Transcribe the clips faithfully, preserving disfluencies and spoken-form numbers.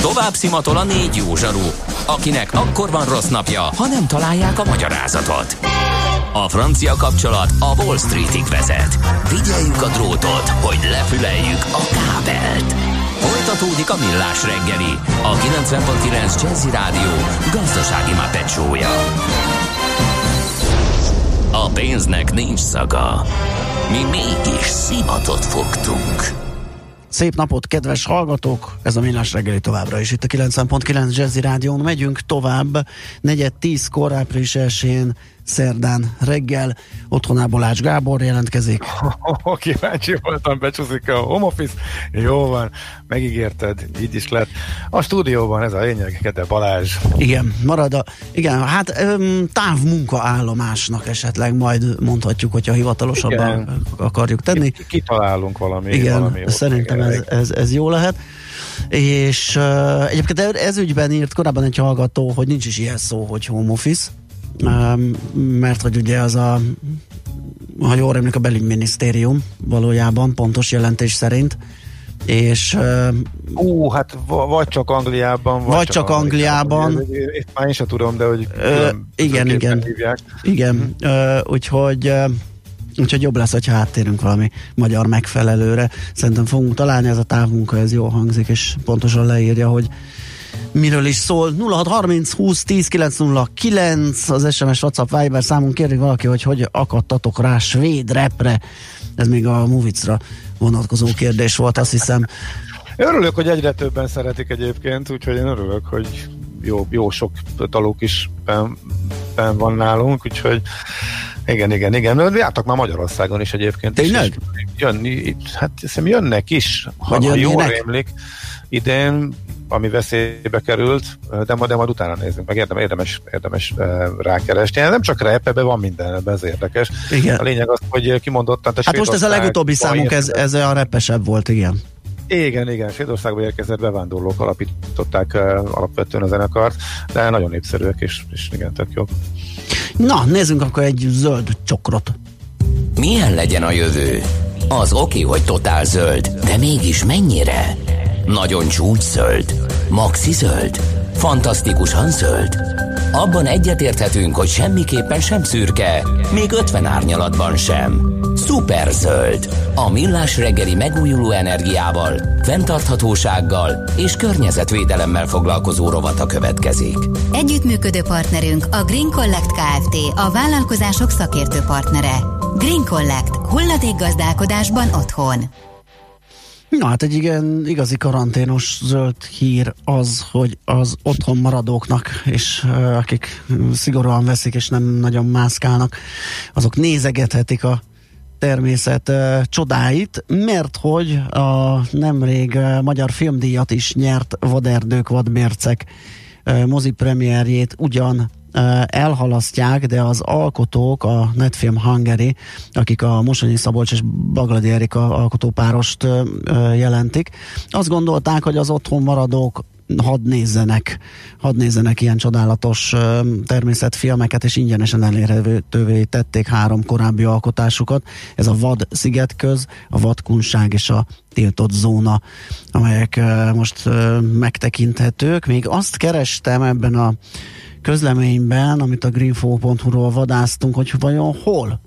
Tovább szimatol a négy jó zsaru, akinek akkor van rossz napja, ha nem találják a magyarázatot. A francia kapcsolat a Wall Streetig vezet. Figyeljük a drótot, hogy lefüleljük a kábelt. Folytatódik a Millás reggeli, a kilencven pont kilenc Jazzy Rádió gazdasági mápecsója. A pénznek nincs szaga. Mi mégis szimatot fogtunk. Szép napot, kedves hallgatók! Ez a Millás reggeli továbbra is. Itt a kilencven pont kilenc Jazzy Rádión megyünk tovább. Negyed tízkor, április elsején, szerdán reggel. Otthonából Ács Gábor jelentkezik. Oh, kíváncsi voltam, becsúszik a home office. Jó van, megígérted, így is lett. A stúdióban ez a lényeg, Kede Balázs. Igen, marad a... Igen, hát távmunkaállomásnak esetleg majd mondhatjuk, hogyha hivatalosabban igen. akarjuk tenni. Kitalálunk valami. Igen, valami szerintem ez, ez, ez jó lehet. És uh, egyébként ez ügyben írt korábban egy hallgató, hogy nincs is ilyen szó, hogy home office. Um, mert hogy ugye az a, ha jól emlék, a belügyminisztérium valójában pontos jelentés szerint, és ú, uh, hát vagy csak Angliában vagy, vagy csak, csak Angliában, Angliában. Ezt már én sem tudom, de hogy uh, igen, igen hívják. igen, uh, úgyhogy uh, úgyhogy jobb lesz, hogyha áttérünk valami magyar megfelelőre. Szerintem fogunk találni, ez a távmunka, ez jól hangzik, és pontosan leírja, hogy miről is szól. Nulla hat harminc húsz tíz kilenc nulla kilenc az es em es, WhatsApp, Viber számunk. Kérdik valaki, hogy hogy akadtatok rá svéd repre. Ez még a Movicra vonatkozó kérdés volt, azt hiszem. Örülök, hogy egyre többen szeretik egyébként, úgyhogy én örülök, hogy jó, jó sok talók is ben, ben van nálunk, úgyhogy igen, igen, igen. Jártak már Magyarországon is egyébként. Tényleg? Jönni, hát hiszem jönnek is, ha, ha jól rémlik. Idén, ami veszélybe került, de majd, de majd utána nézzünk, meg érdemes, érdemes, érdemes rákeresni. Nem csak rap, ebben van minden, ebben ez érdekes. Igen. A lényeg az, hogy kimondottan... Hát most ez a legutóbbi számunk, ez, ez a repesebb volt, igen. Igen, igen, Svédországba érkezett bevándorlók alapították uh, alapvetően a zenekart, de nagyon népszerűek, és, és igen, tök jó. Na, nézzünk akkor egy zöld csokrot. Milyen legyen a jövő? Az oké, hogy totál zöld, de mégis mennyire? Nagyon csúcs zöld? Maxi zöld? Fantasztikusan zöld? Abban egyetérthetünk, hogy semmiképpen sem szürke, még ötven árnyalatban sem. Szuper zöld. A Millás reggeli megújuló energiával, fenntarthatósággal és környezetvédelemmel foglalkozó rovata következik. Együttműködő partnerünk a Green Collect Kft., a vállalkozások szakértő partnere. Green Collect. Hulladékgazdálkodásban otthon. Na hát egy igen, igazi karanténos zöld hír az, hogy az otthon maradóknak, és uh, akik szigorúan veszik és nem nagyon mászkálnak, azok nézegethetik a természet uh, csodáit, mert hogy a nemrég uh, magyar filmdíjat is nyert Vaderdők, Vadmércek uh, mozi premierjét ugyan elhalasztják, de az alkotók, a Netfilm Hungary, akik a Mosonyi Szabolcs és Bagladi Erika alkotópárost jelentik, azt gondolták, hogy az otthon maradók hadd nézzenek, hadd nézzenek ilyen csodálatos természetfilmeket, és ingyenesen elérhetővé tették három korábbi alkotásukat. Ez a Vad szigetköz, a Vadkunság és a Tiltott zóna, amelyek most megtekinthetők. Még azt kerestem ebben a közleményben, amit a greenfo pont hu-ról vadásztunk, hogy vajon hol?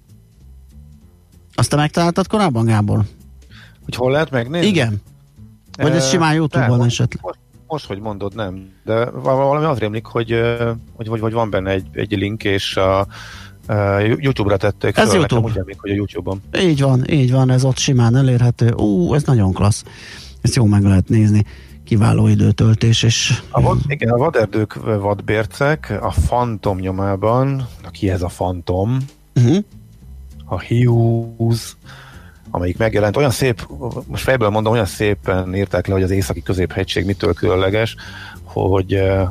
Azt te megtaláltad korábban, Gábor? Hogy hol lehet megnézni? Igen. Vagy ez simán YouTube-on esetleg? Most, most, hogy mondod, nem. De valami az rémlik, hogy, hogy, hogy, hogy van benne egy, egy link, és a, a YouTube-ra tették. Ez YouTube. Nekem úgy emlék, hogy a YouTube-on. Így van, így van, ez ott simán elérhető. Ú, ez nagyon klassz. Ezt jó meg lehet nézni. Kiváló időtöltés, és... A vad, igen, a Vaderdők, Vadbércek a Fantom nyomában, ki ez a Fantom? Uh-huh. A Hughes, amelyik megjelent, olyan szép, most fejből mondom, olyan szépen írták le, hogy az északi középhegység mitől különleges, hogy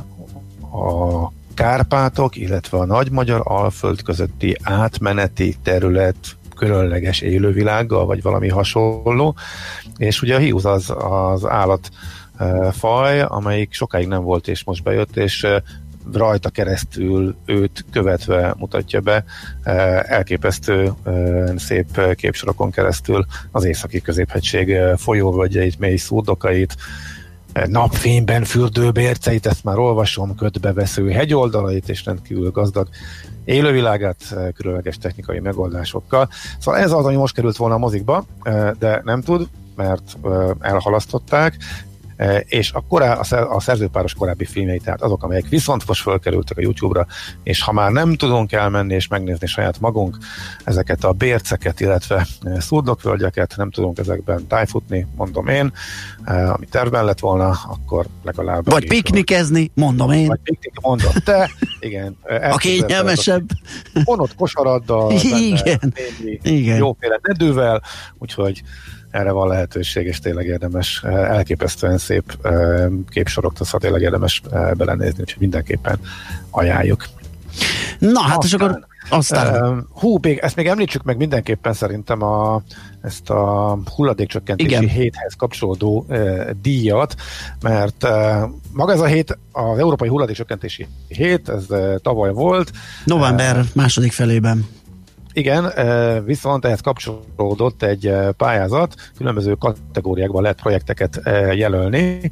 a Kárpátok, illetve a Nagymagyar Alföld közötti átmeneti terület különleges élővilággal, vagy valami hasonló, és ugye a Hughes az, az állat faj, amelyik sokáig nem volt, és most bejött, és rajta keresztül őt követve mutatja be elképesztő szép képsorokon keresztül az északi középhegység folyóvölgyeit, mély szurdokait, napfényben fürdő bérceit, ezt már olvasom, ködbevesző hegyoldalait és rendkívül gazdag élővilágát különleges technikai megoldásokkal. Szóval ez az, ami most került volna a mozikba, de nem tud, mert elhalasztották, és a, korá, a szerzőpáros korábbi filmjei, tehát azok, amelyek viszont most fölkerültek a YouTube-ra, és ha már nem tudunk elmenni és megnézni saját magunk ezeket a bérceket, illetve szurdokvölgyeket, nem tudunk ezekben tájfutni, mondom én, ami tervben lett volna, akkor legalább... Vagy piknikezni, mondom én. Vagy piknik, mondom te, igen. A kényelmesebb. Vonott kosaraddal, igen. igen. Jóféle nedővel, úgyhogy erre van lehetőség, és tényleg érdemes, elképesztően szép képsorok, szóval tényleg érdemes belenézni, úgyhogy mindenképpen ajánljuk. Na, hát és akkor aztán... Hú, még, ezt még említsük meg mindenképpen szerintem a, ezt a hulladékcsökkentési Igen. héthez kapcsolódó uh, díjat, mert uh, maga ez a hét, az Európai Hulladékcsökkentési Hét, ez uh, tavaly volt. November uh, második felében. Igen, viszont ehhez kapcsolódott egy pályázat, különböző kategóriákban lehet projekteket jelölni,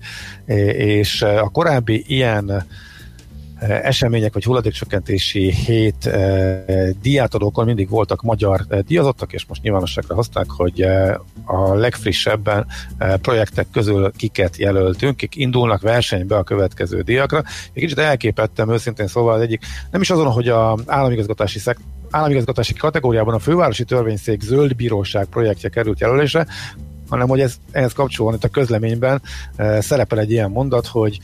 és a korábbi ilyen események vagy hulladékcsökkentési hét díjátadókon mindig voltak magyar díjazottak, és most nyilvánosságra hozták, hogy a legfrissebben projektek közül kiket jelöltünk, kik indulnak versenybe a következő díjakra. Egy kicsit elképettem őszintén, szóval az egyik, nem is azon, hogy az államigazgatási szektor államigazgatási kategóriában a Fővárosi Törvényszék Zöld Bíróság projektje került jelölésre, hanem hogy ez, ehhez kapcsolódóan itt a közleményben e, szerepel egy ilyen mondat, hogy,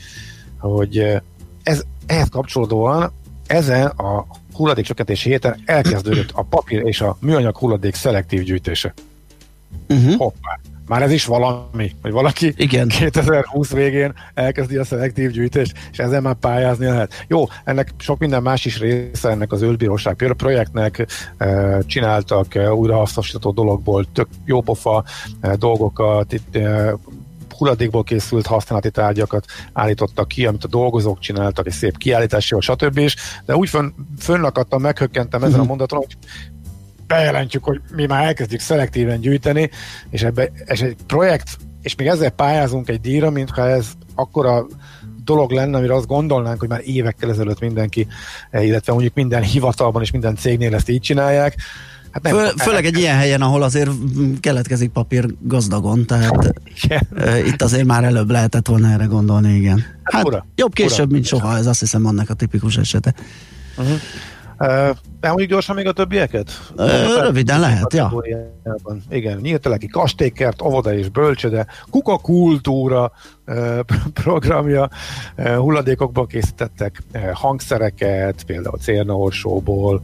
hogy ez, ehhez kapcsolódóan ezen a hulladékcsökkentési héten elkezdődött a papír és a műanyag hulladék szelektív gyűjtése. Uh-huh. Hoppá! Már ez is valami, hogy valaki Igen. kétezer-húsz végén elkezdi a szelektív gyűjtést, és ezzel már pályázni lehet. Jó, ennek sok minden más is része ennek az Zöldbíróság projektnek, e, csináltak e, újrahasznosítható dologból tök jópofa e, dolgokat, itt e, hulladékból készült használati tárgyakat állítottak ki, amit a dolgozók csináltak, egy szép kiállítással, stb. Is, de úgy fönn, fönnakadtam, meghökkentem ezen uh-huh. a mondaton, hogy bejelentjük, hogy mi már elkezdjük szelektíven gyűjteni, és ebbe és egy projekt, és még ezzel pályázunk egy díjra, mintha ez akkora dolog lenne, amire azt gondolnánk, hogy már évekkel ezelőtt mindenki, illetve mondjuk minden hivatalban és minden cégnél ezt így csinálják. Hát nem, Fő, főleg egy ilyen helyen, ahol azért keletkezik papír gazdagon, tehát igen. Itt azért már előbb lehetett volna erre gondolni, igen. Hát, hát ura, jobb később, ura, mint soha, ez azt hiszem annak a tipikus esete. Uh-huh. Uh, elmondjuk gyorsan még a többieket? Uh, röviden lehet, ja. Igen, nyílteleki kastélykert, óvoda és bölcsöde, kukakultúra uh, programja, uh, hulladékokból készítettek uh, hangszereket, például cérnaorsóból,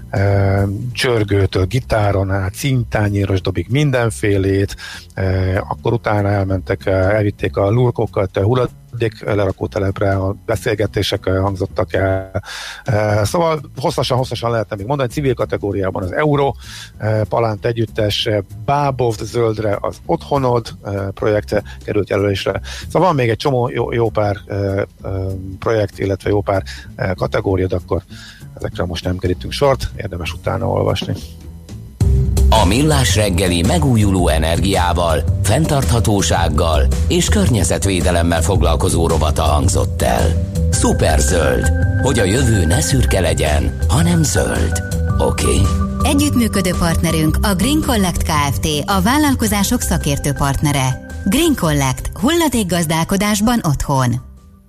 uh, csörgőtől gitáron át, színtányéros dobig mindenfélét, uh, akkor utána elmentek, uh, elvitték a lurkokat, uh, hulladék lerakótelepre, a beszélgetések hangzottak el. Szóval hosszasan-hosszasan lehetne még mondani, civil kategóriában az Euró, Palánt együttes, Bábov zöldre az Otthonod projekte került jelölésre. Szóval van még egy csomó jó, jó pár projekt, illetve jó pár kategória, de akkor ezekre most nem kerítünk sort, érdemes utána olvasni. A Millás reggeli megújuló energiával, fenntarthatósággal és környezetvédelemmel foglalkozó rovata hangzott el. Szuperzöld, hogy a jövő ne szürke legyen, hanem zöld. Oké? Okay? Együttműködő partnerünk a Green Collect Kft. A vállalkozások szakértő partnere. Green Collect. Hulladékgazdálkodásban otthon.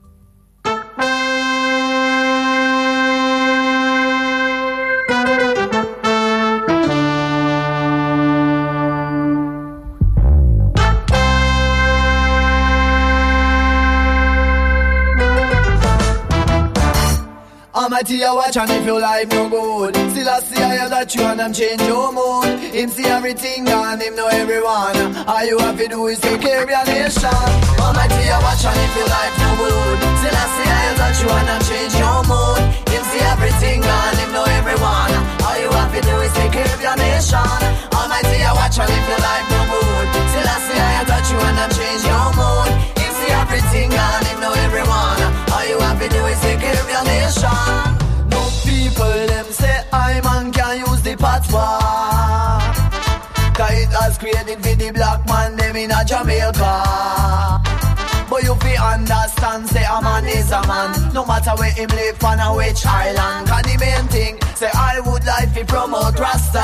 Almighty, I watch and if your life no good, still I see I that you and I'm change your mood. Him see everything and him know everyone. All you have to do is take care of your nation. Almighty, I watch and if your life no good, still I see I that you and I'm change your mood. Him see everything and him know everyone. All you have to do is take care of your nation. Almighty, I watch and if your life no good, still I see I that you and I'm change your mood. Him see everything and him know everyone. All you have to do is take care of your nation. No people them say I man can use the patois, cause it has created for the black man them in a Jamaica. But you fi understand, say a man is a man, no matter where him live on or which island. Cause the main thing, say I would like to promote Rasta.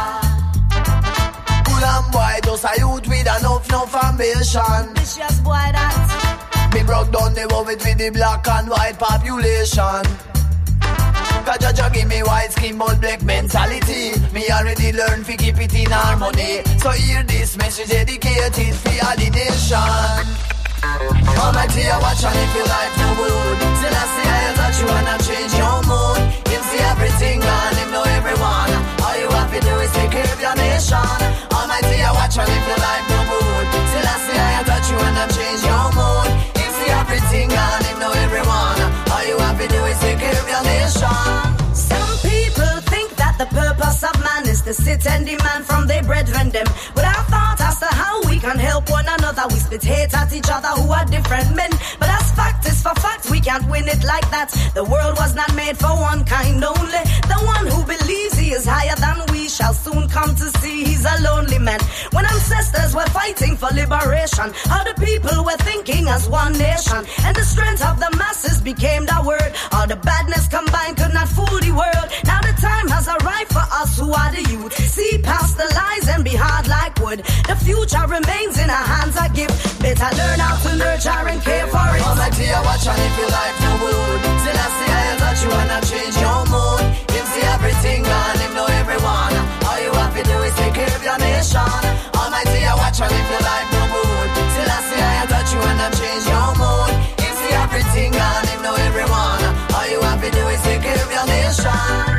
Cool and boy, just a youth with enough, enough ambition. Vicious boy that me broke down the world with the black and white population. Cause Jaja give me white skin but black mentality. Me already learned to keep it in harmony. So hear this message dedicated for all the nation. Almighty, I watch and if your life no good, still I see I touch you and I change your mood. Him see everything and him know everyone. All you have to do is take care of your nation. Almighty, I watch and if your life no good, still I see I touch you and I change your mood. Him see everything and him know everyone. All you have to do is take care of your nation. some people think that the purpose of man is to sit and demand from their brethren them. Without thought as to how we can help one another, we spit hate at each other who are different men. But as fact is for fact, we can't win it like that. The world was not made for one kind only. The one who believes he is higher than we shall soon come to see he's a lonely man. When ancestors were fighting for liberation, other people were thinking as one nation, and the strength of the masses became the word. All the badness combined could not fool the world. Now the time has arrived for us who are the youth. See past the lies and be hard like wood. The future remains in our hands a gift. Better learn how to nurture and care for it. Almighty, I watch and if your life no good, still I see I touch you and I change your mood. Him see everything and him know everyone. All you have to do is take care of your nation. Almighty, I watch and if your life no good, still I see I touch you and I change your mood. Him see everything and him know everyone. All you have to do is take care of your nation.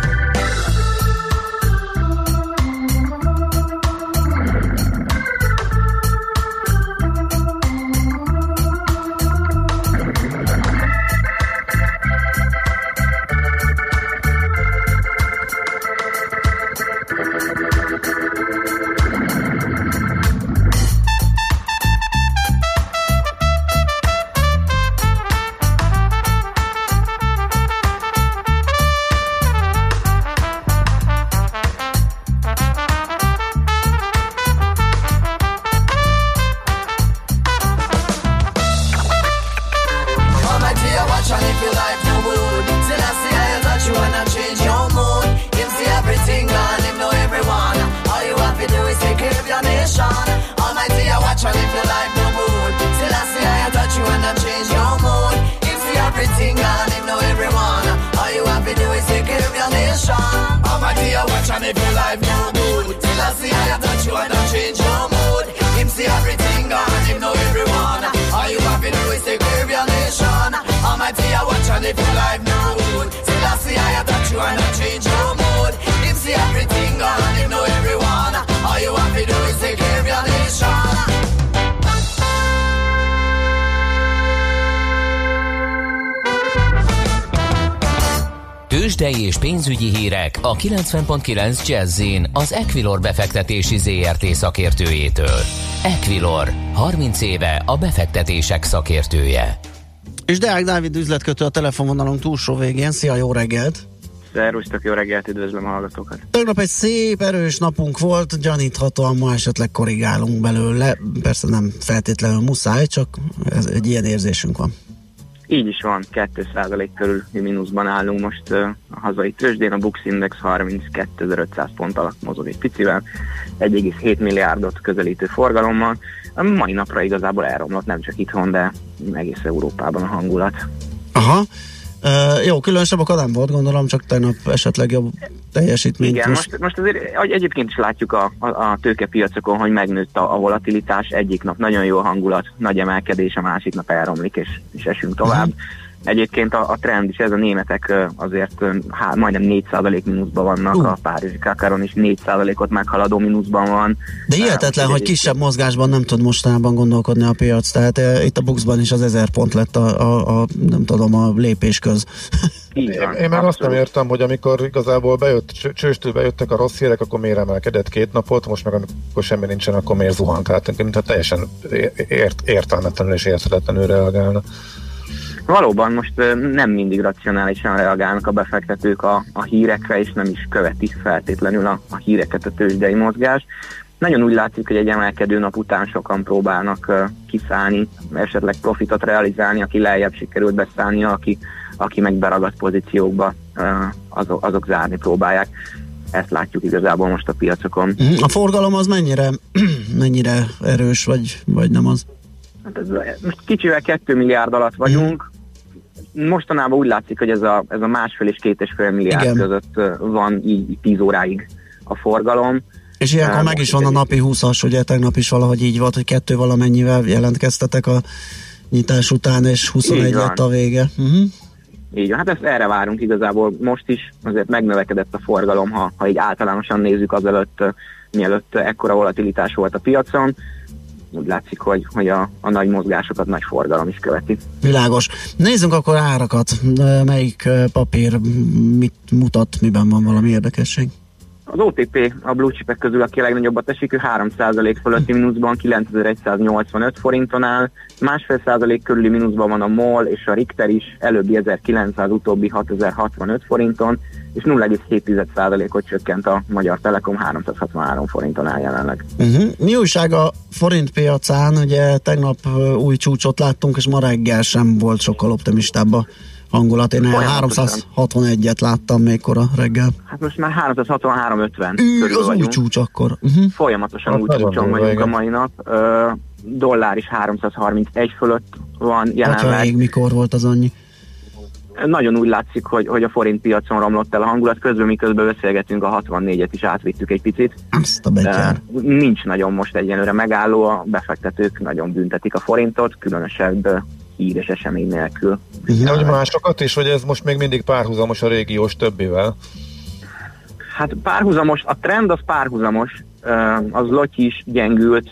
Tőzsdei és pénzügyi hírek a kilencven pont kilenc Jazz-in az Equilor befektetési zé er té szakértőjétől. Equilor, harminc éve a befektetések szakértője. És Deák Dávid üzletkötő a telefonvonalunk túlsó végén. Szia, jó reggelt! Szervusztok, jó reggelt, üdvözlöm a hallgatókat! Tegnap egy szép, erős napunk volt, gyaníthatóan ma esetleg korrigálunk belőle. Persze nem feltétlenül muszáj, csak ez, egy ilyen érzésünk van. Így is van, két százalék körül mínuszban állunk most uh, a hazai tőzsdén, a Bux Index harminckétezer-ötszáz pont alatt mozog egy picivel, egy egész hét milliárdot közelítő forgalommal. A mai napra igazából elromlott, nem csak itthon, de egész Európában a hangulat. Aha, uh, jó, különösebb oka nem volt, gondolom, csak tegnap esetleg jobb teljesítményt. Igen, most, most azért egyébként is látjuk a, a, a tőkepiacokon, hogy megnőtt a, a volatilitás, egyik nap nagyon jó hangulat, nagy emelkedés, a másik nap elromlik, és, és esünk tovább. Uh-huh. Egyébként a, a trend is, ez a németek azért há, majdnem négy százalék mínuszban vannak, uh. a párizsi Kakaron is négy százalékot meghaladó mínuszban van. De hihetetlen, hogy kisebb mozgásban nem tud mostanában gondolkodni a piac, tehát e, itt a Buxban is az ezer pont lett a, a, a nem tudom, a lépésköz. Én, én meg azt nem értem, hogy amikor igazából bejött, csőstől bejöttek a rossz hírek, akkor miért emelkedett két napot, most meg amikor semmi nincsen, akkor miért zuhant. Tehát mintha teljesen ért, értelmetlenül és érthetetlenül reagálna. Valóban most nem mindig racionálisan reagálnak a befektetők a, a hírekre, és nem is követik feltétlenül a, a híreket a tőzsdei mozgás. nagyon úgy látszik, hogy egy emelkedő nap után sokan próbálnak uh, kiszállni, esetleg profitot realizálni, aki lejjebb sikerült beszállnia, aki, aki meg beragadt pozíciókba, uh, azok, azok zárni próbálják. Ezt látjuk igazából most a piacokon. A forgalom az mennyire, mennyire erős, vagy, vagy nem az? Hát ez, most kicsivel kettő milliárd alatt vagyunk. Mostanában úgy látszik, hogy ez a, ez a másfél és két és fél milliárd Igen. között van így tíz óráig a forgalom. És ilyenkor meg is van a napi húszas, ugye tegnap is valahogy így volt, hogy kettő valamennyivel jelentkeztetek a nyitás után, és huszonegy lett a vége. Uh-huh. Így van, hát ezt erre várunk igazából most is, azért megnövekedett a forgalom, ha, ha így általánosan nézzük azelőtt, mielőtt ekkora volatilitás volt a piacon. Úgy látszik, hogy, hogy a, a nagy mozgásokat nagy forgalom is követi. Világos. Nézzünk akkor árakat. Melyik papír mit mutat, miben van valami érdekesség? Az o té pé a blue chipek közül, aki a legnagyobbat esik, ő három százalék fölötti mínuszban kilencezer-egyszáznyolcvanöt forinton áll, másfél százalék körüli mínuszban van a MOL és a Richter is, előbbi ezerkilencszáz, utóbbi hatezer-hatvanöt forinton, és nulla egész hét százalékot csökkent a Magyar Telekom, háromszázhatvanhárom forinton áll jelenleg. Uh-huh. Mi újság a forint piacán? Ugye tegnap új csúcsot láttunk, és ma reggel sem volt sokkal optimistább a hangulat. Én háromszázhatvanegyet láttam még a reggel. Hát most már háromszázhatvanhárom ötven körül az vagyunk. Új csúcs akkor. Uh-huh. Folyamatosan hát új csúcson vagyunk a mai nap. Uh, dollár is háromszázharmincegy fölött van jelenleg. Atya, mikor volt az annyi? Nagyon úgy látszik, hogy, hogy a forint piacon romlott el a hangulat, közben miközben beszélgetünk, a hatvannégyet is átvittük egy picit. Azt a betyár. Nincs nagyon most egyenlőre megálló, a befektetők nagyon büntetik a forintot, különösebb hír és esemény nélkül. Uh-huh. Hogy másokat is, hogy ez most még mindig párhuzamos a régiós többivel? Hát párhuzamos, a trend az párhuzamos, az zloty is gyengült,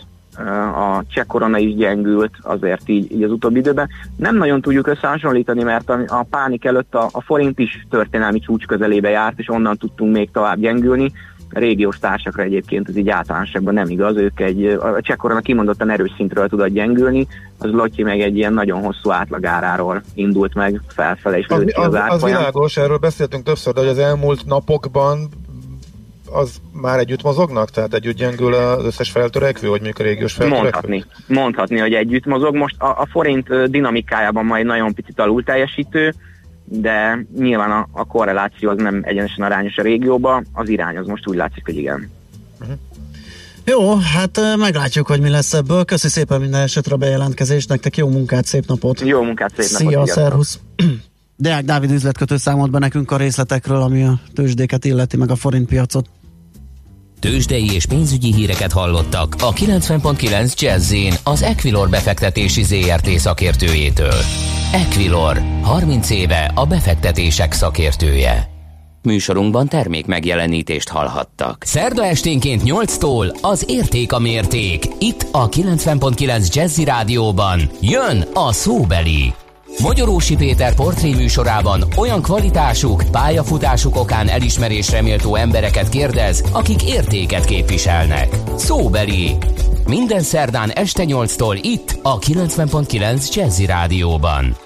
a cseh korona is gyengült azért így, így az utóbbi időben. Nem nagyon tudjuk összehasonlítani, mert a, a pánik előtt a, a forint is történelmi csúcs közelébe járt, és onnan tudtunk még tovább gyengülni. A régiós társakra egyébként ez így általánosságban nem igaz, ők egy, a cseh korona kimondottan erős szintről tudott gyengülni, az zloty meg egy ilyen nagyon hosszú átlagáráról indult meg felfele, és lőtt ki az, az árfolyam. Az világos, erről beszéltünk többször, de hogy az elmúlt napokban az már együtt mozognak? Tehát együtt gyengül az összes feltörekvő, vagy mondjuk a régiós feltörekvő? Mondhatni, mondhatni, hogy együtt mozog. Most a, a forint dinamikájában majd nagyon picit alul teljesítő, de nyilván a, a korreláció az nem egyenesen arányos a régióba, az irány az most úgy látszik, hogy igen. Uh-huh. Jó, hát meglátjuk, hogy mi lesz ebből. Köszi szépen minden esetre a bejelentkezést, nektek jó munkát, szép napot! Jó munkát, szép napot! Szia, szervusz! Deák Dávid üzletkötő számolt be nekünk a részletekről, ami a tőzsdéket illeti, meg a forintpiacot. Tőzsdei és pénzügyi híreket hallottak a kilencven pont kilenc Jazz-in az Equilor befektetési zé er té szakértőjétől. Equilor, harminc éve a befektetések szakértője. Műsorunkban termék megjelenítést hallhattak. Szerda esténként nyolctól az Érték a mérték. Itt a kilencven pont kilenc Jazzy Rádióban jön a szóbeli. Magyarósi Péter portréműsorában olyan kvalitásuk, pályafutásuk okán elismerésre méltó embereket kérdez, akik értéket képviselnek. Szóbeli. Minden szerdán este nyolctól itt a kilencven pont kilenc Jazzy Rádióban.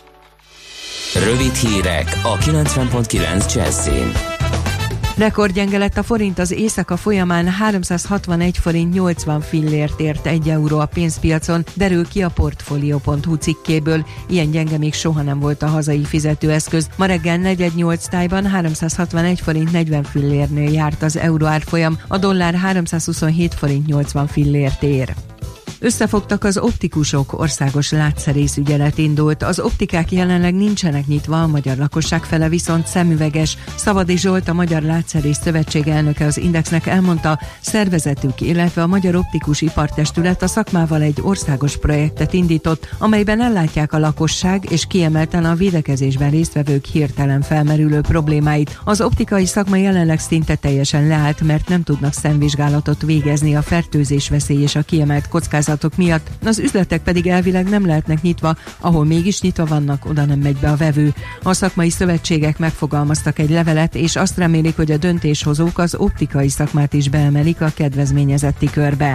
Rövid hírek a kilencven pont kilenc Jazzyn. Rekordgyenge lett a forint, az éjszaka folyamán háromszázhatvanegy forint nyolcvan fillért ért egy euró a pénzpiacon, derül ki a Portfolio pont hu cikkéből. Ilyen gyenge még soha nem volt a hazai fizetőeszköz. Ma reggel negyed nyolc tájban háromszázhatvanegy forint negyven fillérnél járt az euró árfolyam, a dollár háromszázhuszonhét forint nyolcvan fillért ér. Összefogtak az optikusok, országos látszerész ügyelet indult. Az optikák jelenleg nincsenek nyitva, a magyar lakosság fele viszont szemüveges. Szavadi Zsolt, a Magyar Látszerész Szövetség elnöke az Indexnek elmondta, szervezetük, illetve a Magyar Optikus Ipartestület a szakmával egy országos projektet indított, amelyben ellátják a lakosság és kiemelten a védekezésben résztvevők hirtelen felmerülő problémáit. Az optikai szakma jelenleg szinte teljesen leállt, mert nem tudnak szemvizsgálatot végezni a fertőzés veszély és a kiemelt kockázat miatt, az üzletek pedig elvileg nem lehetnek nyitva, ahol mégis nyitva vannak, oda nem megy be a vevő. A szakmai szövetségek megfogalmaztak egy levelet, és azt remélik, hogy a döntéshozók az optikai szakmát is beemelik a kedvezményezetti körbe.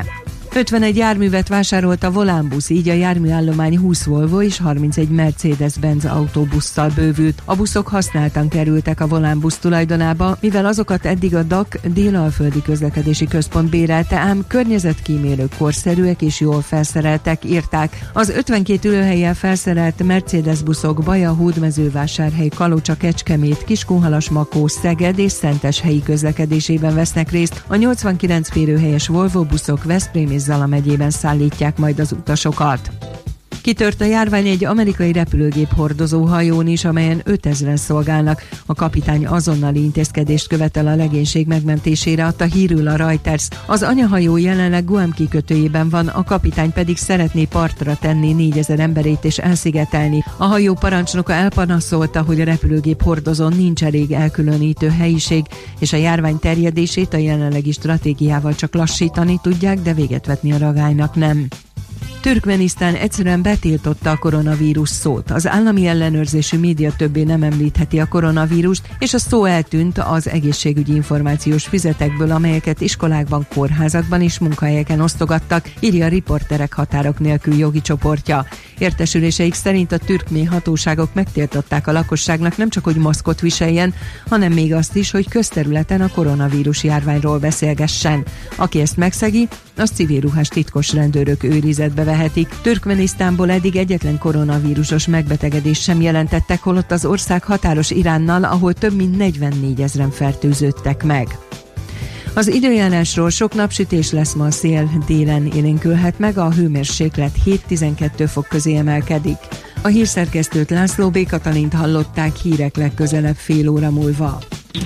ötvenegy járművet vásárolt a Volánbusz, így a járműállomány húsz Volvo és harmincegy Mercedes-Benz autóbusszal bővült. A buszok használtan kerültek a Volánbusz tulajdonába, mivel azokat eddig a dé á ká Dél-Alföldi Közlekedési Központ bérelte, ám környezetkímélők, korszerűek és jól felszereltek, írták. Az ötvenkét ülőhellyel felszerelt Mercedes buszok Baja, Hódmezővásárhely, Kalocsa, Kecskemét, Kiskunhalas-Makó, Szeged és Szenteshelyi közlekedésében vesznek részt. A nyolcvankilenc férőhelyes Volvo buszok Veszprém és Zala megyében szállítják majd az utasokat. Kitört a járvány egy amerikai repülőgép hordozó hajón is, amelyen ötezren szolgálnak. A kapitány azonnali intézkedést követel a legénység megmentésére, adta hírül a Reuters. Az anyahajó jelenleg Guam kikötőjében van, a kapitány pedig szeretné partra tenni négyezer emberét és elszigetelni. A hajó parancsnoka elpanaszolta, hogy a repülőgép hordozón nincs elég elkülönítő helyiség, és a járvány terjedését a jelenlegi stratégiával csak lassítani tudják, de véget vetni a ragálynak nem. Türkmenisztán egyszerűen betiltotta a koronavírus szót. Az állami ellenőrzésű média többé nem említheti a koronavírust, és a szó eltűnt az egészségügyi információs füzetekből, amelyeket iskolákban, kórházakban és munkahelyeken osztogattak, írja a Riporterek Határok Nélkül jogi csoportja. Értesüléseik szerint a türkmén hatóságok megtiltották a lakosságnak nem csak, hogy maszkot viseljen, hanem még azt is, hogy közterületen a koronavírus járványról beszélgessen. Aki ezt megszegi, az civilruhás titkos rendőrök őrizetbe vehetik. Türkmenisztánból eddig egyetlen koronavírusos megbetegedést sem jelentettek, holott az ország határos Iránnal, ahol több mint negyvennégyezren fertőződtek meg. Az időjárásról: sok napsütés lesz, ma a szél délen élénkülhet meg, a hőmérséklet hét-tizenkét fok közé emelkedik. A hírszerkesztőt, László B. Katalint hallották, hírek legközelebb fél óra múlva.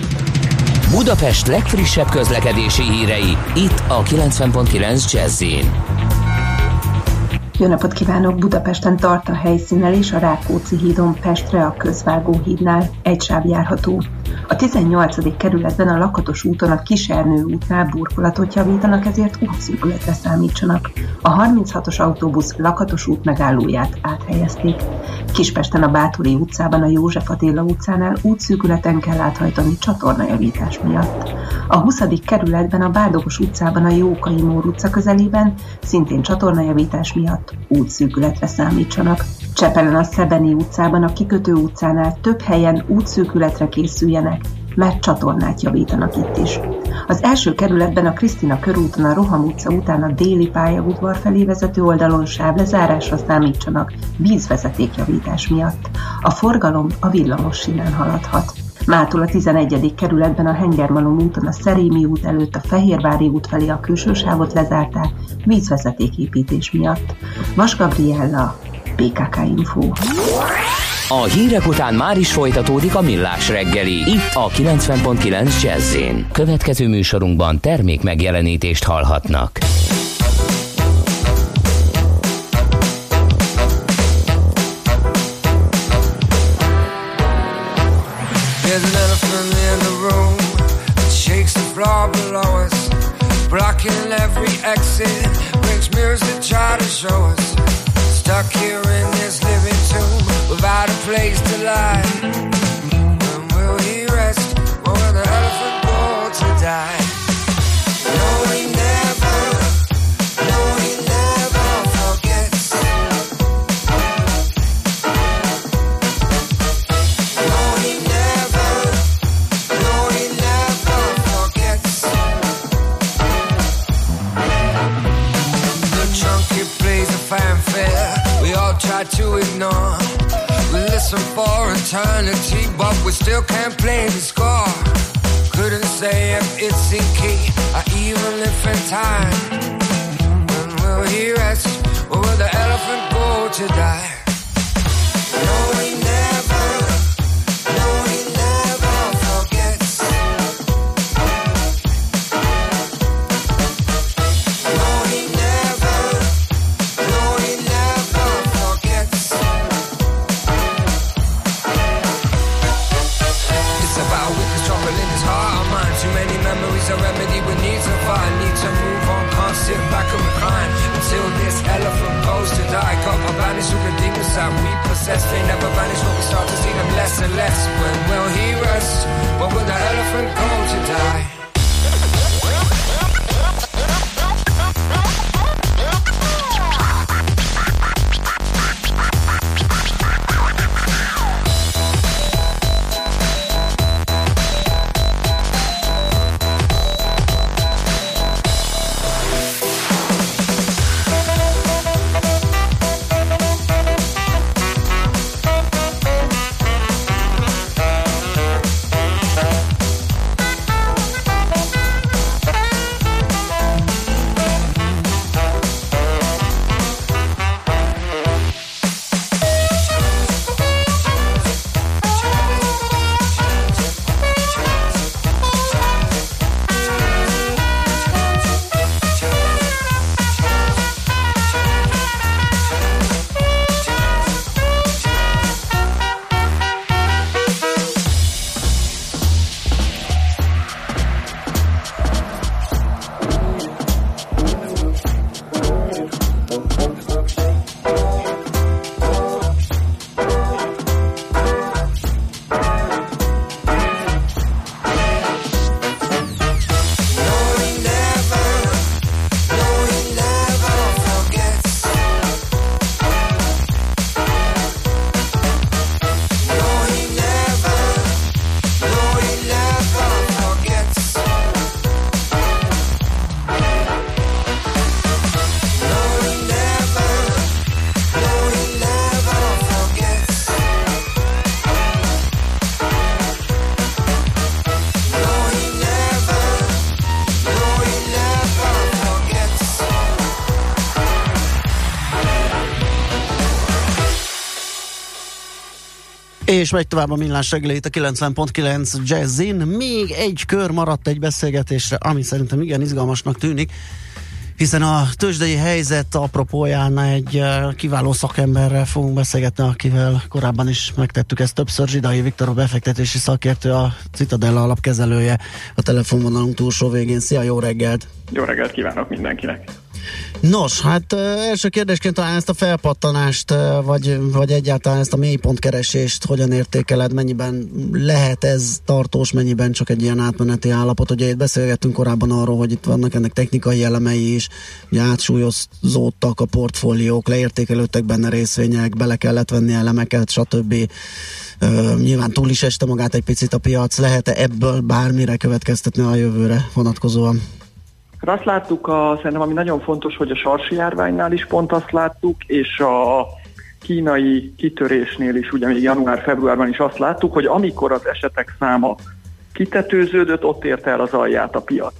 Budapest legfrissebb közlekedési hírei, itt a kilencven pont kilenc Jazz-in. Jó napot kívánok! Budapesten tart a helyszínelés a Rákóczi hídon Pestre, a Közvágóhídnál, egy sáv járható. A tizennyolcadik kerületben a Lakatos úton a Kisernő útnál burkolatot javítanak, ezért útszűkületre számítsanak. A harminchatos autóbusz Lakatos út megállóját áthelyezték. Kispesten a Báthori utcában a József Attila utcánál útszűkületen kell áthajtani csatornajavítás miatt. A huszadik kerületben a Bádogos utcában a Jókai Mór utca közelében szintén csatornajavítás miatt útszűkületre számítsanak. Csepelen a Szebeni utcában a Kikötő utcánál több helyen útszűkületre készüljenek, mert csatornát javítanak itt is. Az első kerületben a Krisztina körúton a Roham utca után a déli pályaudvar felé vezető oldalon sávlezárásra számítsanak vízvezetékjavítás miatt. A forgalom a villamos sínen haladhat. Mától a tizenegyedik kerületben a Hengermalom úton a Szerémi út előtt a Fehérvári út felé a külső sávot lezárták vízvezetéképítés miatt. Vas Gabriella, bé ká ká Info. A hírek után már is folytatódik a Millás reggeli, itt a kilencven pont kilenc Jazz-in. Következő műsorunkban termék megjelenítést hallhatnak. There's an elephant in the room that shakes the floor below us, blocking every exit, brings mirrors that try to show us. Stuck here in this living tomb without a place to lie. When will he rest? Or will the elephant go to die? No, he never, no, he never forgets. No, he never, no, he never forgets. The chunky plays a fanfare we all try to ignore. We listen for eternity, but we still can't play the score. Couldn't say if it's in key or even if in time. When will he rest? Or will the elephant go to die? No, he never, no, he never forgets. No, he never, no, he never forgets. It's about witness trouble in his heart or mind. Too many memories, a remedy we need to find. Need to move on, can't sit back and recline until this elephant goes to die. Got my banish with the demons that we possess. They never vanish when we start to see them less and less. When will he rest? Or will the elephant go to die? És megy tovább a Millás reggeli itt a kilencven pont kilenc Jazzin. Még egy kör maradt egy beszélgetésre, ami szerintem igen izgalmasnak tűnik, hiszen a tőzsdei helyzet apropóján egy kiváló szakemberrel fogunk beszélgetni, akivel korábban is megtettük ezt többször. Zsidai Viktor, a befektetési szakértő, a Citadella alapkezelője, a telefonvonalunk túlsó végén. Szia, jó reggelt! Jó reggelt kívánok mindenkinek! Nos, hát első kérdésként talán ezt a felpattanást, vagy, vagy egyáltalán ezt a mélypontkeresést hogyan értékeled, mennyiben lehet ez tartós, mennyiben csak egy ilyen átmeneti állapot? Ugye itt beszélgettünk korábban arról, hogy itt vannak ennek technikai elemei is, ugye átsúlyozódtak a portfóliók, leértékelődtek benne részvények, bele kellett venni elemeket, stb. Uh, nyilván túl is este magát egy picit a piac, lehet-e ebből bármire következtetni a jövőre vonatkozóan? Azt láttuk, a, szerintem ami nagyon fontos, hogy a sarsi járványnál is pont azt láttuk, és a kínai kitörésnél is, ugye még január-februárban is azt láttuk, hogy amikor az esetek száma kitetőződött, ott érte el az alját a piac.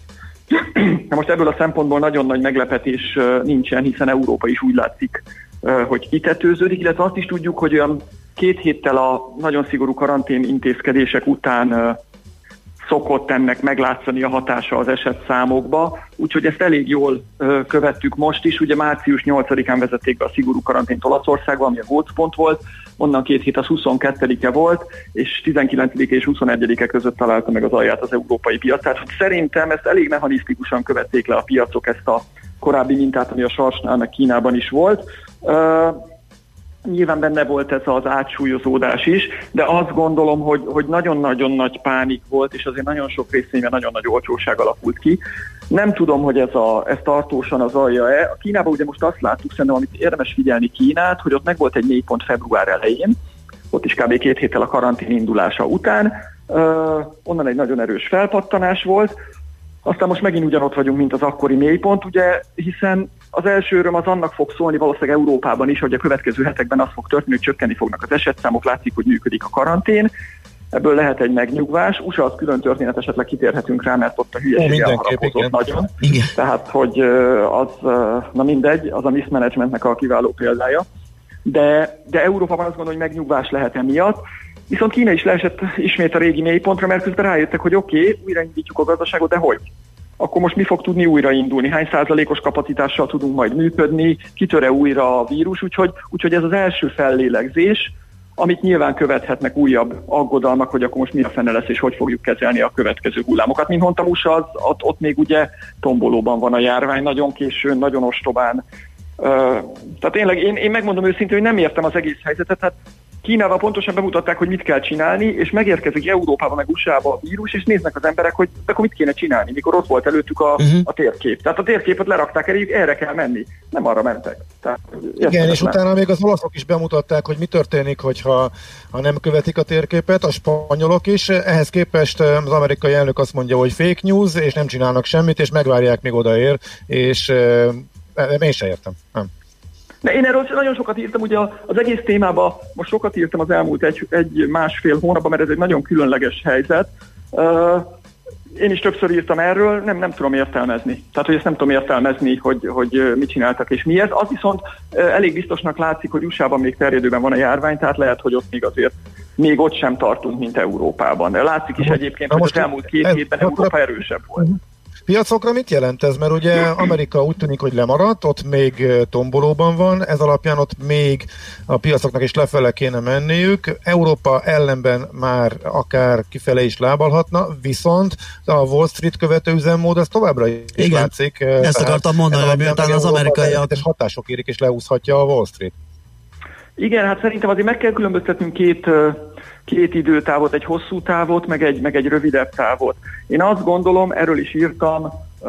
Na most ebből a szempontból nagyon nagy meglepetés nincsen, hiszen Európa is úgy látszik, hogy kitetőződik, illetve azt is tudjuk, hogy olyan két héttel a nagyon szigorú karantén intézkedések után szokott ennek meglátszani a hatása az esetszámokba, úgyhogy ezt elég jól ö, követtük most is. Ugye március nyolcadikán vezették be a szigorú karantént Olaszországban, ami a gócpont volt, onnan két hét az huszonkettedike volt, és tizenkilencedike és huszonegyedike között találta meg az alját az európai piac. Tehát szerintem ezt elég mechanisztikusan követték le a piacok, ezt a korábbi mintát, ami a Sarsnál meg Kínában is volt. Ö, Nyilván benne volt ez az átsúlyozódás is, de azt gondolom, hogy, hogy nagyon-nagyon nagy pánik volt, és azért nagyon sok részvényben nagyon nagy olcsóság alakult ki. Nem tudom, hogy ez, a, ez tartósan az alja-e. A Kínában ugye most azt láttuk, szerintem, amit érdemes figyelni Kínát, hogy ott meg volt egy mélypont február elején, ott is kb. két héttel a karantén indulása után, uh, onnan egy nagyon erős felpattanás volt, aztán most megint ugyanott vagyunk, mint az akkori mélypont, ugye, hiszen az első öröm az annak fog szólni valószínűleg Európában is, hogy a következő hetekben az fog történni, hogy csökkenni fognak az esetszámok, látszik, hogy működik a karantén, ebből lehet egy megnyugvás. u es á az külön történet, esetleg kitérhetünk rá, mert ott a hülyeség elharapozott nagyon. Igen. Tehát, hogy az, na mindegy, az a mismanagementnek a kiváló példája. De, de Európában azt gondolom, hogy megnyugvás lehet emiatt. Viszont Kína is leesett ismét a régi mélypontra, mert közben rájöttek, hogy oké, okay, újraindítjuk a gazdaságot, de hogy? Akkor most mi fog tudni újraindulni? Hány százalékos kapacitással tudunk majd működni? Kitör-e újra a vírus? Úgyhogy, úgyhogy ez az első fellélegzés, amit nyilván követhetnek újabb aggodalmak, hogy akkor most mi a fene lesz, és hogy fogjuk kezelni a következő hullámokat. Mint mondtam, u es á, az, ott, ott még ugye tombolóban van a járvány, nagyon későn, nagyon ostobán. Uh, tehát tényleg én, én megmondom őszintén, hogy nem értem az egész helyzetet. Hát Kínával pontosan bemutatták, hogy mit kell csinálni, és megérkezik Európába, meg u es á-ba a vírus, és néznek az emberek, hogy akkor mit kéne csinálni, mikor ott volt előttük a, uh-huh. a térkép. Tehát a térképet lerakták eléjük, erre kell menni. Nem arra mentek. Tehát, igen, és utána még az olaszok is bemutatták, hogy mi történik, hogyha ha nem követik a térképet, a spanyolok is. Ehhez képest az amerikai elnök azt mondja, hogy fake news, és nem csinálnak semmit, és megvárják, míg odaér, és euh, én sem értem. Nem. De én erről nagyon sokat írtam, ugye az egész témában most sokat írtam az elmúlt egy, egy másfél hónapban, mert ez egy nagyon különleges helyzet. Uh, én is többször írtam erről, nem, nem tudom értelmezni. Tehát, hogy ezt nem tudom értelmezni, hogy, hogy mit csináltak és mi ez. Az viszont uh, elég biztosnak látszik, hogy u es á-ban még terjedőben van a járvány, tehát lehet, hogy ott még azért még ott sem tartunk, mint Európában. De látszik is egyébként, hogy az elmúlt két hétben Európa erősebb volt. Piacokra mit jelent ez? Mert ugye Amerika úgy tűnik, hogy lemaradt, ott még tombolóban van, ez alapján ott még a piacoknak is lefele kéne menniük. Európa ellenben már akár kifele is lábalhatna, viszont a Wall Street követő üzemmód az továbbra is igen, látszik. Ezt akartam mondani, hogy miután az amerikaiak hatások érik és leúszhatja a Wall Street. Igen, hát szerintem azért meg kell különböztetnünk két, két időtávot, egy hosszú távot, meg egy, meg egy rövidebb távot. Én azt gondolom, erről is írtam uh,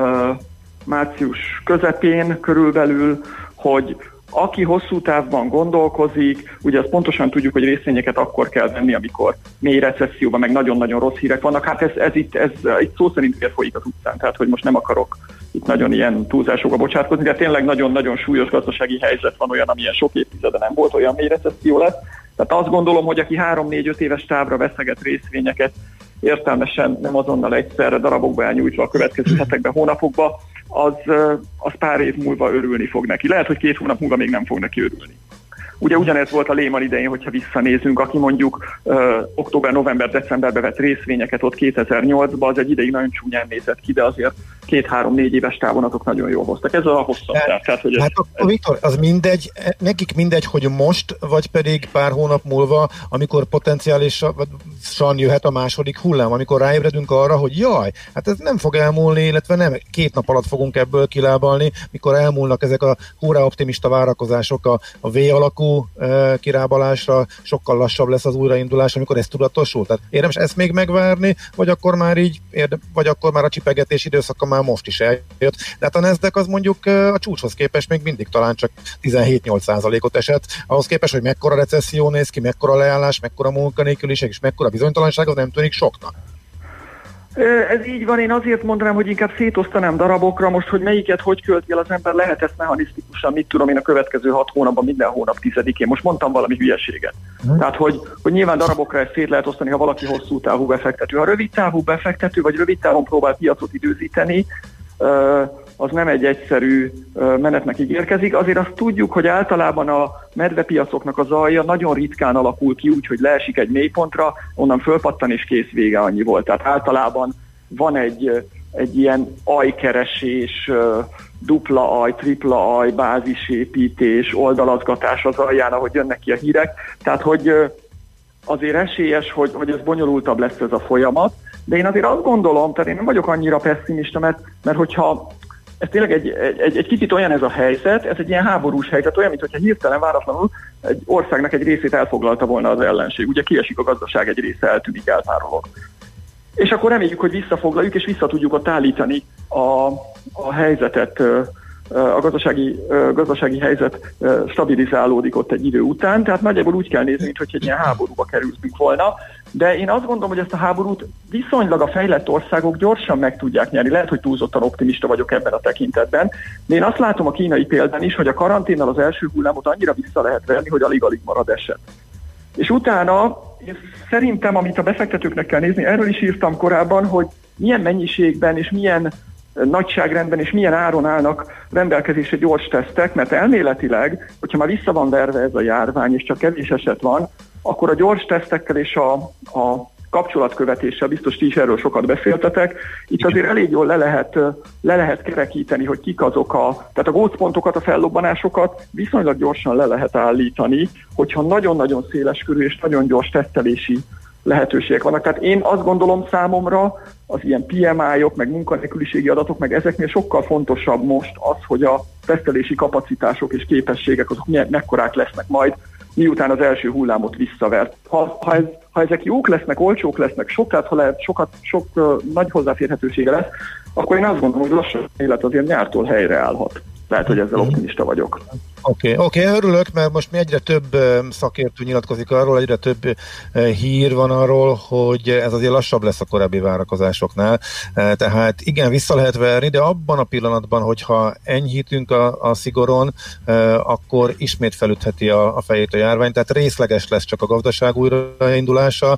március közepén körülbelül, hogy aki hosszú távban gondolkozik, ugye azt pontosan tudjuk, hogy részvényeket akkor kell venni, amikor mély recesszióban, meg nagyon-nagyon rossz hírek vannak. Hát ez, ez, itt, ez itt szó szerint vér folyik az utcán, tehát hogy most nem akarok itt nagyon ilyen túlzásokba bocsátkozni, de tényleg nagyon-nagyon súlyos gazdasági helyzet van, olyan, amilyen sok évtizede nem volt, olyan mély recesszió lesz. Tehát azt gondolom, hogy aki három-négy-öt éves távra veszeget részvényeket, értelmesen nem azonnal egyszerre darabokba elnyújtva a következő hetekben, hónapokban, az, az pár év múlva örülni fog neki. Lehet, hogy két hónap múlva még nem fog neki örülni. Ugye ugyanez volt a Lehman idején, hogyha visszanézünk, aki mondjuk ö, október, november, decemberbe vett részvényeket ott kétezer-nyolcban, az egy ideig nagyon csúnyán nézett ki, de azért két-három-négy éves távon azok nagyon jól hoztak. Ez a hosszabb táv. Tehát, hogy hát ez, akkor ez... Viktor, az mindegy, nekik mindegy, hogy most, vagy pedig pár hónap múlva, amikor potenciálisan jöhet a második hullám, amikor ráébredünk arra, hogy jaj, hát ez nem fog elmúlni, illetve nem két nap alatt fogunk ebből kilábalni, mikor elmúlnak ezek a hurrá optimista várakozások a, a V-alakú e, kirábalásra, sokkal lassabb lesz az újraindulás, amikor ez tudatosul. Tehát érdemes ezt még megvárni, vagy akkor már így, érde, vagy akkor már a csipegetés időszaka már most is eljött. De hát a Nasdaq az mondjuk a csúcshoz képest még mindig talán csak tizenhét-nyolc százalékot esett. Ahhoz képest, hogy mekkora recesszió néz ki, mekkora leállás, mekkora munkanélküliség és mekkora bizonytalanság, az nem tűnik soknak. Ez így van, én azért mondanám, hogy inkább szétosztanám darabokra, most, hogy melyiket hogy költi el az ember, lehet ezt mechanisztikusan, mit tudom én a következő hat hónapban, minden hónap tizedikén. Most mondtam valami hülyeséget. Hmm. Tehát, hogy, hogy nyilván darabokra ezt szét lehet osztani, ha valaki hosszú távú befektető. Ha rövid távú befektető, vagy rövid távon próbál piacot időzíteni, az nem egy egyszerű menetnek ígérkezik. Azért azt tudjuk, hogy általában a medvepiacoknak az alja nagyon ritkán alakul ki, úgyhogy leesik egy mélypontra, onnan fölpattan és kész, vége, annyi volt. Tehát általában van egy, egy ilyen ajkeresés, dupla aj, tripla aj, bázisépítés, oldalazgatás az alján, ahogy jönnek ki a hírek. Tehát, hogy azért esélyes, hogy, hogy ez bonyolultabb lesz ez a folyamat, de én azért azt gondolom, tehát én nem vagyok annyira pessimista, mert, mert hogyha ez tényleg egy, egy, egy kicsit olyan ez a helyzet, ez egy ilyen háborús helyzet, olyan, mintha hirtelen váratlanul egy országnak egy részét elfoglalta volna az ellenség. Ugye kiesik a gazdaság egy része, eltűnik, elpárolog. És akkor reméljük, hogy visszafoglaljuk, és vissza tudjuk ott állítani a, a helyzetet, a gazdasági, gazdasági helyzet stabilizálódik ott egy idő után, tehát nagyjából úgy kell nézni, mintha egy ilyen háborúba kerültünk volna, de én azt gondolom, hogy ezt a háborút viszonylag a fejlett országok gyorsan meg tudják nyerni. Lehet, hogy túlzottan optimista vagyok ebben a tekintetben, de én azt látom a kínai példán is, hogy a karanténnal az első hullámot annyira vissza lehet venni, hogy alig-alig marad eset. És utána én szerintem, amit a befektetőknek kell nézni, erről is írtam korábban, hogy milyen mennyiségben és milyen nagyságrendben és milyen áron állnak rendelkezésre gyors tesztek, mert elméletileg, hogyha már vissza van verve ez a járvány, és csak kevés eset van, akkor a gyors tesztekkel és a, a kapcsolatkövetéssel, biztos ti is erről sokat beszéltetek, itt azért elég jól le lehet, le lehet kerekíteni, hogy kik azok a, tehát a gócpontokat, a fellobbanásokat viszonylag gyorsan le lehet állítani, hogyha nagyon-nagyon széleskörű és nagyon gyors tesztelési lehetőségek vannak. Tehát én azt gondolom, számomra az ilyen pé em í-ok, meg munkanélküliségi adatok, meg ezeknél sokkal fontosabb most az, hogy a tesztelési kapacitások és képességek azok mekkorák lesznek majd, miután az első hullámot visszavert. Ha, ha, ez, ha ezek jók lesznek, olcsók lesznek, sokat, ha lehet, sokat, sok uh, nagy hozzáférhetősége lesz, akkor én azt gondolom, hogy lassan élet azért nyártól helyreállhat. Lehet, hogy ezzel optimista vagyok. Oké, okay, okay, örülök, mert most mi egyre több szakértő nyilatkozik arról, egyre több hír van arról, hogy ez azért lassabb lesz a korábbi várakozásoknál. Tehát igen, vissza lehet verni, de abban a pillanatban, hogyha enyhítünk a, a szigoron, akkor ismét felütheti a, a fejét a járvány, tehát részleges lesz csak a gazdaság újraindulása,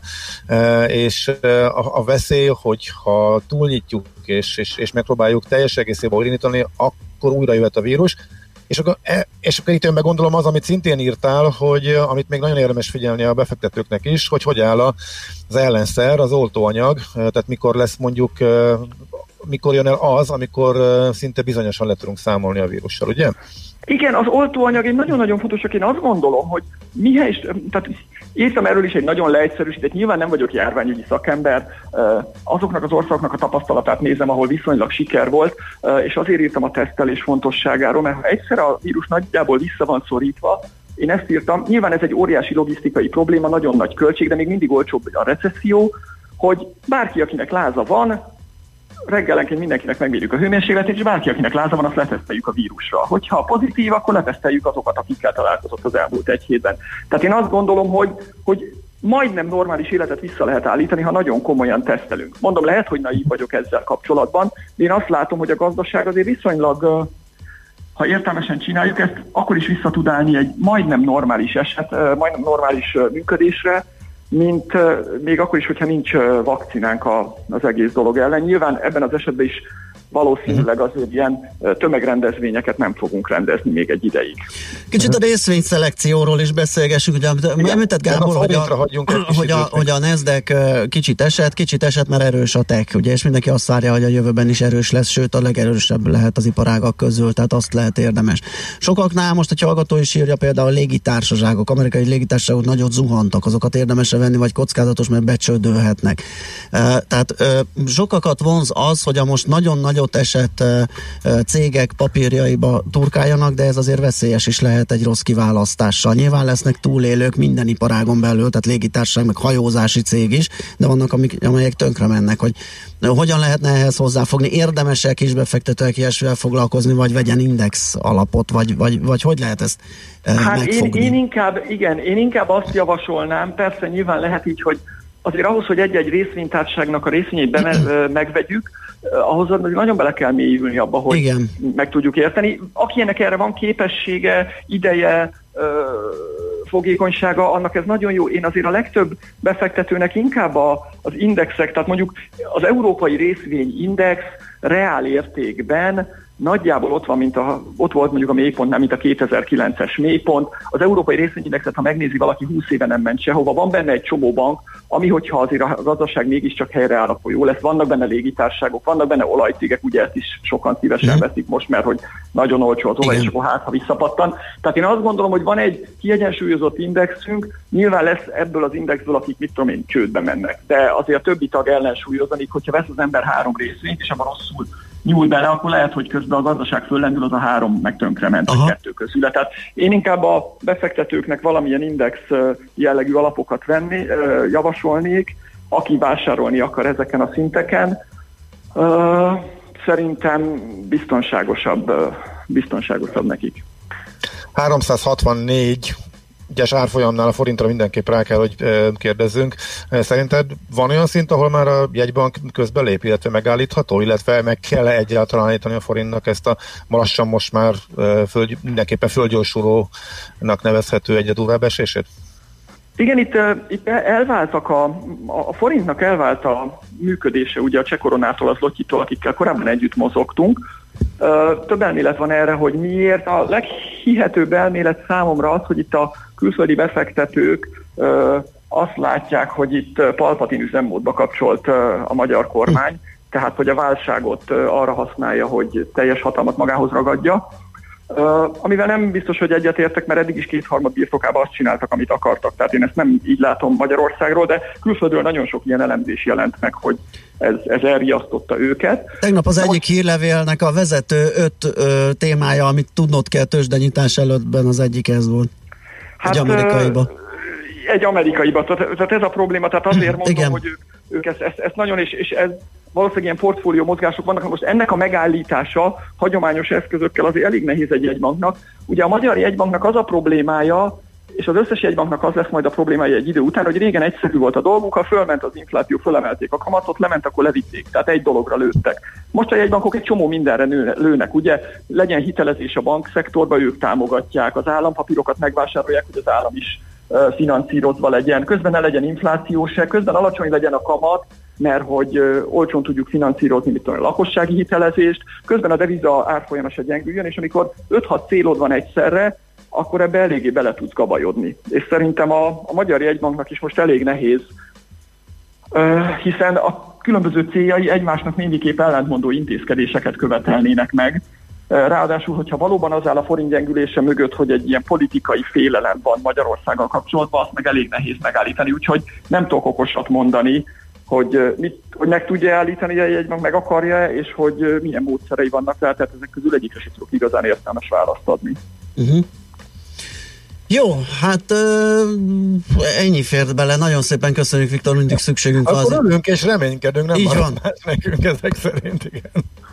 és a, a veszély, hogyha túlnyitjuk és, és, és megpróbáljuk teljes egészében újraindítani, akkor újra jöhet a vírus. És akkor, és akkor itt én meggondolom az, amit szintén írtál, hogy amit még nagyon érdemes figyelni a befektetőknek is, hogy hogy áll az ellenszer, az oltóanyag, tehát mikor lesz mondjuk, mikor jön el az, amikor szinte bizonyosan le tudunk számolni a vírussal, ugye? Igen, az oltóanyag egy nagyon-nagyon fontos, én azt gondolom, hogy mihelyis, tehát írtam erről is egy nagyon leegyszerűsített, nyilván nem vagyok járványügyi szakember, azoknak az országoknak a tapasztalatát nézem, ahol viszonylag siker volt, és azért írtam a tesztelés fontosságáról, mert ha egyszer a vírus nagyjából vissza van szorítva, én ezt írtam, nyilván ez egy óriási logisztikai probléma, nagyon nagy költség, de még mindig olcsóbb a recesszió, hogy bárki, akinek láza van, reggelenként mindenkinek megmérjük a hőmérsékletét, és bárki, akinek láza van, azt leteszteljük a vírusra. Hogyha pozitív, akkor leteszteljük azokat, akikkel találkozott az elmúlt egy hétben. Tehát én azt gondolom, hogy, hogy majdnem normális életet vissza lehet állítani, ha nagyon komolyan tesztelünk. Mondom, lehet, hogy naív vagyok ezzel kapcsolatban, de én azt látom, hogy a gazdaság azért viszonylag, ha értelmesen csináljuk ezt, akkor is vissza tud állni egy majdnem normális eset, majdnem normális működésre, mint uh, még akkor is, hogyha nincs uh, vakcinánk a, az egész dolog ellen. Nyilván ebben az esetben is valószínűleg azért ilyen tömegrendezvényeket nem fogunk rendezni még egy ideig. Kicsit a részvényszelekcióról is beszélgessünk, ugye említett Gábor, hogy a, hogy, a, hogy a Nasdaq kicsit esett, kicsit esett, mert erős a tech, ugye, és mindenki azt várja, hogy a jövőben is erős lesz, sőt a legerősebb lehet az iparágak közül, tehát azt lehet érdemes. Sokaknál most egy hallgató is írja, például a légitársaságok, amerikai légitársaságok nagyot zuhantak, azokat érdemes venni, vagy kockázatos, mert becsődölhetnek. Tehát sokakat vonz az, hogy a most nagyon-nagyon esett cégek papírjaiba turkáljanak, de ez azért veszélyes is lehet egy rossz kiválasztással. Nyilván lesznek túlélők minden iparágon belül, tehát légitársaság, meg hajózási cég is, de vannak, amik, amelyek tönkre mennek, hogy hogyan lehetne ehhez hozzáfogni, érdemes-e kisbefektetőek ilyesmivel foglalkozni, vagy vegyen index alapot, vagy, vagy, vagy hogy lehet ezt hát megfogni? Én, én inkább, igen, én inkább azt javasolnám, persze nyilván lehet így, hogy azért ahhoz, hogy egy-egy részvénytársaságnak a részvényét be, megvegyük, ahhoz nagyon bele kell mélyülni abba, hogy igen. meg tudjuk érteni. Akinek erre van képessége, ideje, fogékonysága, annak ez nagyon jó. Én azért a legtöbb befektetőnek inkább a, az indexek, tehát mondjuk az európai részvényindex reál értékben nagyjából ott van, mint a, ott volt mondjuk a mélypontnál, mint a kétezer-kilences mélypont. Az európai részvényindexet, ha megnézi valaki, húsz éve nem ment sehova. Van benne egy csomó bank, ami, hogyha azért a gazdaság mégiscsak helyreáll, akkor jó lesz. Vannak benne légitársaságok, vannak benne olajcégek, ugye ezt is sokan szívesen veszik most, mert hogy nagyon olcsó az olaj, és akkor hát, ha visszapattan. Tehát én azt gondolom, hogy van egy kiegyensúlyozott indexünk, nyilván lesz ebből az indexből, akik mit tudom én, csődbe mennek. De azért a többi tag ellensúlyozanik, hogyha vesz az ember három részvényt, és abban rosszul nyúl bele, akkor lehet, hogy közben a gazdaság föllendül, az a három meg tönkrement a kettő közül. Tehát én inkább a befektetőknek valamilyen index jellegű alapokat venni, javasolnék, aki vásárolni akar ezeken a szinteken. Szerintem biztonságosabb, biztonságosabb nekik. háromszázhatvannégy egyes árfolyamnál a forintra mindenképp rá kell, hogy kérdezzünk. Szerinted van olyan szint, ahol már a jegybank közbelép, illetve megállítható, illetve meg kell egyáltalán állítani a forintnak ezt a lassan most már föld, mindenképpen földgyorsulónak nevezhető egyre durvább esését? Igen, itt, itt elváltak a, a forintnak elvált a működése, ugye a cseh koronától, az Lotyitól, akikkel korábban együtt mozogtunk. Több elmélet van erre, hogy miért. A leghihetőbb elmélet számomra az, hogy itt a külföldi befektetők azt látják, hogy itt Palpatine üzemmódba kapcsolt a magyar kormány, tehát hogy a válságot arra használja, hogy teljes hatalmat magához ragadja. Uh, amivel nem biztos, hogy egyetértek, mert eddig is kétharmad birtokában azt csináltak, amit akartak. Tehát én ezt nem így látom Magyarországról, de külföldről nagyon sok ilyen elemzés jelent meg, hogy ez, ez elriasztotta őket. Tegnap az de egyik most... hírlevélnek a vezető öt ö, témája, amit tudnod kell tőzsdenyítás előttben, az egyik ez volt. Hát, egy amerikaiba. Uh, egy amerikaiba. Tehát, tehát ez a probléma, tehát azért mondom, igen. hogy ők, ők ezt, ezt, ezt nagyon, és, és ez valószínűleg ilyen portfólió mozgások vannak, most ennek a megállítása hagyományos eszközökkel azért elég nehéz egy jegybanknak. Ugye a magyar jegybanknak az a problémája, és az összes jegybanknak az lesz majd a problémája egy idő után, hogy régen egyszerű volt a dolguk, ha fölment az infláció, fölemelték a kamatot, lement, akkor levitték, tehát egy dologra lőttek. Most a jegybankok egy csomó mindenre lőnek, ugye legyen hitelezés a bankszektorba, ők támogatják, az állampapírokat megvásárolják, hogy az állam is uh, finanszírozva legyen, közben ne legyen infláció se, közben alacsony legyen a kamat, mert hogy ö, olcsón tudjuk finanszírozni mit tudom, a lakossági hitelezést, közben a deviza árfolyama se gyengüljön, és amikor öt-hat célod van egyszerre, akkor ebbe eléggé bele tudsz gabajodni. És szerintem a, a Magyar Jegybanknak is most elég nehéz, ö, hiszen a különböző céljai egymásnak némiképp ellentmondó intézkedéseket követelnének meg. Ráadásul, hogyha valóban az áll a forint gyengülése mögött, hogy egy ilyen politikai félelem van Magyarországgal kapcsolatban, azt meg elég nehéz megállítani, úgyhogy nem tudok okosat mondani, hogy, mit, hogy meg tudja állítani, hogy egy bank meg akarja, és hogy milyen módszerei vannak rá, tehát ezek közül egyikre sem tudok igazán értelmes választ adni. Uh-huh. Jó, hát uh, ennyi fért bele, nagyon szépen köszönjük, Viktor, mindig szükségünk van. Akkor örülünk és reménykedünk, nem így van nekünk ezek szerint, igen.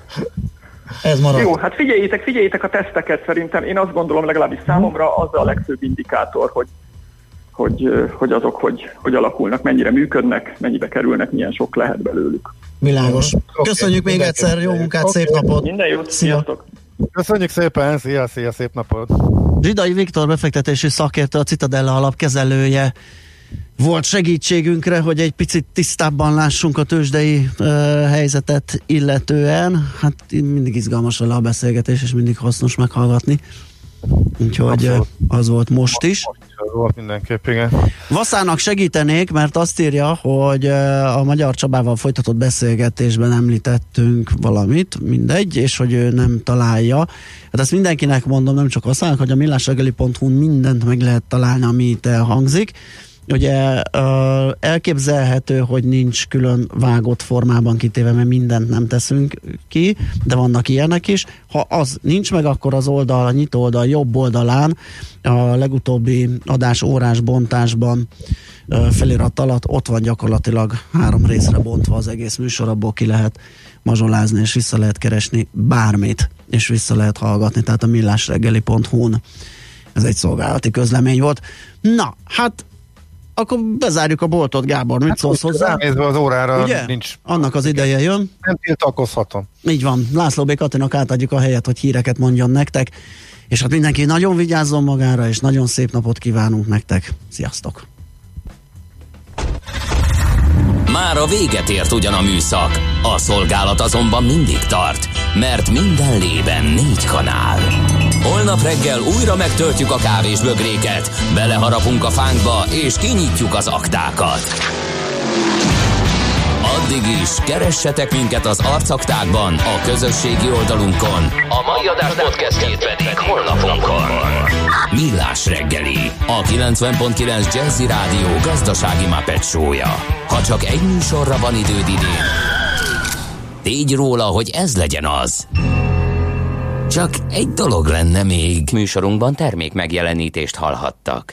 Ez marad. Jó, hát figyeljétek, figyeljétek a teszteket szerintem, én azt gondolom legalábbis számomra az a legfőbb indikátor, hogy Hogy, hogy azok hogy, hogy alakulnak, mennyire működnek, mennyibe kerülnek, milyen sok lehet belőlük. Világos. Okay. Köszönjük még egyszer, jó munkát, okay. Szép napot! Minden jót, sziasztok! Köszönjük szépen, szia, szia, szép napot! Zsidai Viktor befektetési szakértő, a Citadella alapkezelője volt segítségünkre, hogy egy picit tisztábban lássunk a tőzsdei uh, helyzetet illetően. Hát mindig izgalmas vele a beszélgetés, és mindig hasznos meghallgatni. Úgyhogy Abszolút. az volt most is. Most is az volt mindenképp, igen. Vaszának segítenék, mert azt írja, hogy a Magyar Csabával folytatott beszélgetésben említettünk valamit, mindegy, és hogy ő nem találja. Hát ezt mindenkinek mondom, nem csak Vaszának, hogy a millásreggeli pont hu-n mindent meg lehet találni, ami itt elhangzik. Ugye elképzelhető, hogy nincs külön vágott formában kitéve, mert mindent nem teszünk ki, de vannak ilyenek is. Ha az nincs meg, akkor az oldal, a nyitó oldal jobb oldalán a legutóbbi adás órás bontásban felirat alatt ott van gyakorlatilag három részre bontva az egész műsor, abból ki lehet mazsolázni, és vissza lehet keresni bármit, és vissza lehet hallgatni, tehát a millásreggeli pont hu-n. Ez egy szolgálati közlemény volt. Na, hát akkor bezárjuk a boltot, Gábor, mit hát szólsz hozzá? Nézve az órára, ugye? Nincs. Annak az ideje jön. Nem tiltakozhatom. Így van. László B. Katinak átadjuk a helyet, hogy híreket mondjon nektek, és hát mindenki nagyon vigyázzon magára, és nagyon szép napot kívánunk nektek. Sziasztok! Már a véget ért ugyan a műszak, a szolgálat azonban mindig tart, mert minden lében négy kanál. Holnap reggel újra megtöltjük a kávésbögréket, beleharapunk a fánkba és kinyitjuk az aktákat. Addig is keressetek minket az arcaktákban, a közösségi oldalunkon, a mai adás podcastjét pedig honlapunkon. Millás reggeli, a kilencven pont kilenc Jazzy Rádió gazdasági Muppet show-ja. Ha csak egy műsorra van időd idén, tégy róla, hogy ez legyen az. Csak egy dolog lenne még. Műsorunkban termék megjelenítést hallhattak.